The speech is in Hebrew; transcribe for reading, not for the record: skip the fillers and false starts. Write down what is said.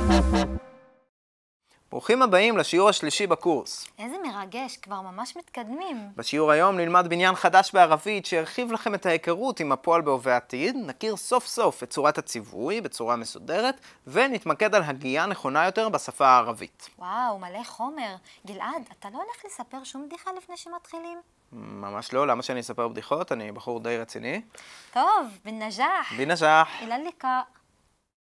ברוכים הבאים לשיעור השלישי בקורס. איזה מרגש, כבר ממש מתקדמים. בשיעור היום נלמד בניין חדש בערבית שירחיב לכם את ההיכרות עם הפועל בהווה עתיד, נכיר סוף סוף את צורת הציווי בצורה מסודרת, ונתמקד על הגייה נכונה יותר בשפה הערבית. וואו, מלא חומר. גלעד, אתה לא הולך לספר שום בדיחה לפני שמתחילים? ממש לא, למה שאני אספר בדיחות? אני בחור די רציני. טוב, בנג'אח. בנג'אח. אילא לקאא.